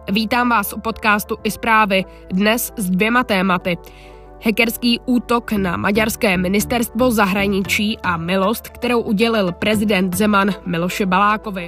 Vítám vás u podcastu i zprávy, dnes s 2 tématy. Hackerský útok na maďarské ministerstvo zahraničí a milost, kterou udělil prezident Zeman Miloši Balákovi.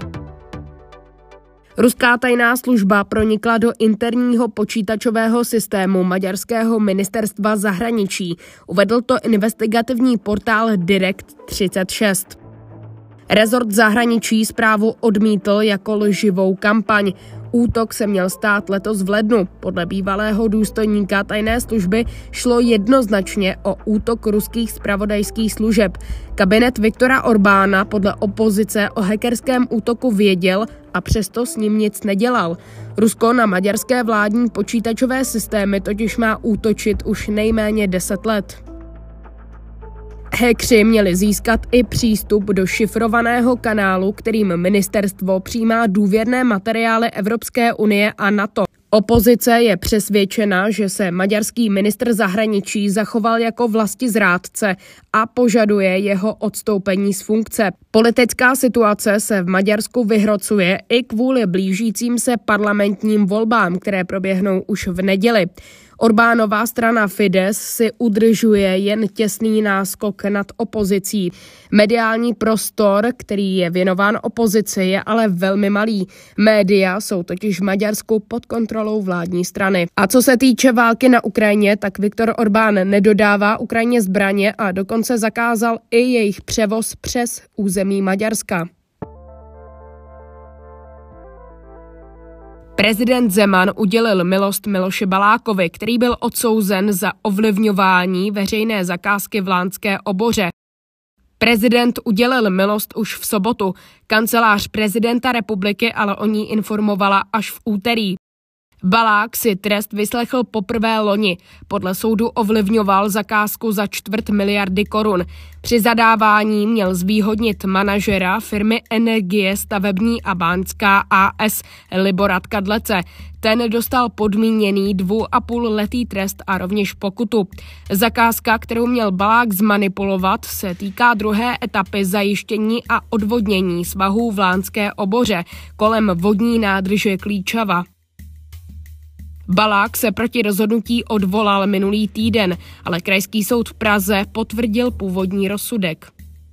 Ruská tajná služba pronikla do interního počítačového systému maďarského ministerstva zahraničí. Uvedl to investigativní portál Direkt36. Rezort zahraničí zprávu odmítl jako lživou kampaň. Útok se měl stát letos v lednu. Podle bývalého důstojníka tajné služby šlo jednoznačně o útok ruských zpravodajských služeb. Kabinet Viktora Orbána podle opozice o hackerském útoku věděl a přesto s ním nic nedělal. Rusko na maďarské vládní počítačové systémy totiž má útočit už nejméně 10 let. Hackři měli získat i přístup do šifrovaného kanálu, kterým ministerstvo přijímá důvěrné materiály Evropské unie a NATO. Opozice je přesvědčena, že se maďarský ministr zahraničí zachoval jako vlastizrádce a požaduje jeho odstoupení z funkce. Politická situace se v Maďarsku vyhrocuje i kvůli blížícím se parlamentním volbám, které proběhnou už v neděli. Orbánova strana Fidesz si udržuje jen těsný náskok nad opozicí. Mediální prostor, který je věnován opozici, je ale velmi malý. Média jsou totiž v Maďarsku pod kontrolou vládní strany. A co se týče války na Ukrajině, tak Viktor Orbán nedodává Ukrajině zbraně a dokonce zakázal i jejich převoz přes území Maďarska. Prezident Zeman udělil milost Miloši Balákovi, který byl odsouzen za ovlivňování veřejné zakázky v Lánské Oboře. Prezident udělil milost už v sobotu. Kancelář prezidenta republiky ale o ní informovala až v úterý. Balák si trest vyslechl poprvé loni. Podle soudu ovlivňoval zakázku za 250 miliardy korun. Při zadávání měl zvýhodnit manažera firmy Energie stavební a báňská AS Libora Tkadlece. Ten dostal podmíněný 2,5letý trest a rovněž pokutu. Zakázka, kterou měl Balák zmanipulovat, se týká druhé etapy zajištění a odvodnění svahů v Lánské Oboře kolem vodní nádrže Klíčava. Balák se proti rozhodnutí odvolal minulý týden, ale Krajský soud v Praze potvrdil původní rozsudek.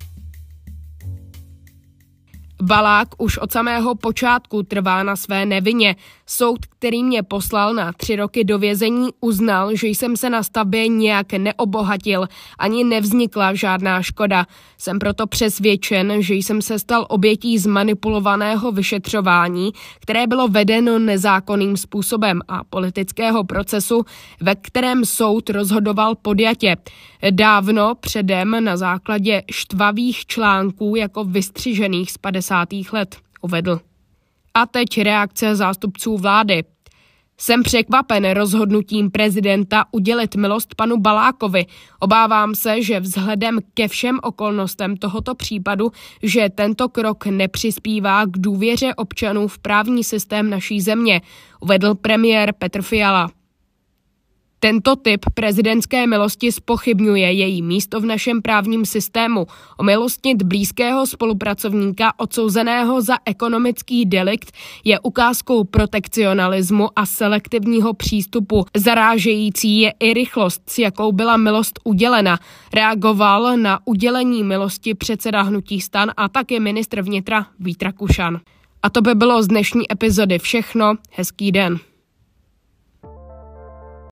Balák už od samého počátku trvá na své nevině. Soud, který mě poslal na 3 roky do vězení, uznal, že jsem se na stavbě nějak neobohatil, ani nevznikla žádná škoda. Jsem proto přesvědčen, že jsem se stal obětí zmanipulovaného vyšetřování, které bylo vedeno nezákonným způsobem a politického procesu, ve kterém soud rozhodoval podjatě. Dávno předem na základě štvavých článků jako vystřižených z 50. let, uvedl. A teď reakce zástupců vlády. Jsem překvapen rozhodnutím prezidenta udělit milost panu Balákovi. Obávám se, že vzhledem ke všem okolnostem tohoto případu, že tento krok nepřispívá k důvěře občanů v právní systém naší země, uvedl premiér Petr Fiala. Tento typ prezidentské milosti zpochybňuje její místo v našem právním systému. Omilostnit blízkého spolupracovníka odsouzeného za ekonomický delikt je ukázkou protekcionalismu a selektivního přístupu. Zarážející je i rychlost, s jakou byla milost udělena. Reagoval na udělení milosti předseda hnutí STAN a také ministr vnitra Vít Rakušan. A to by bylo z dnešní epizody všechno. Hezký den.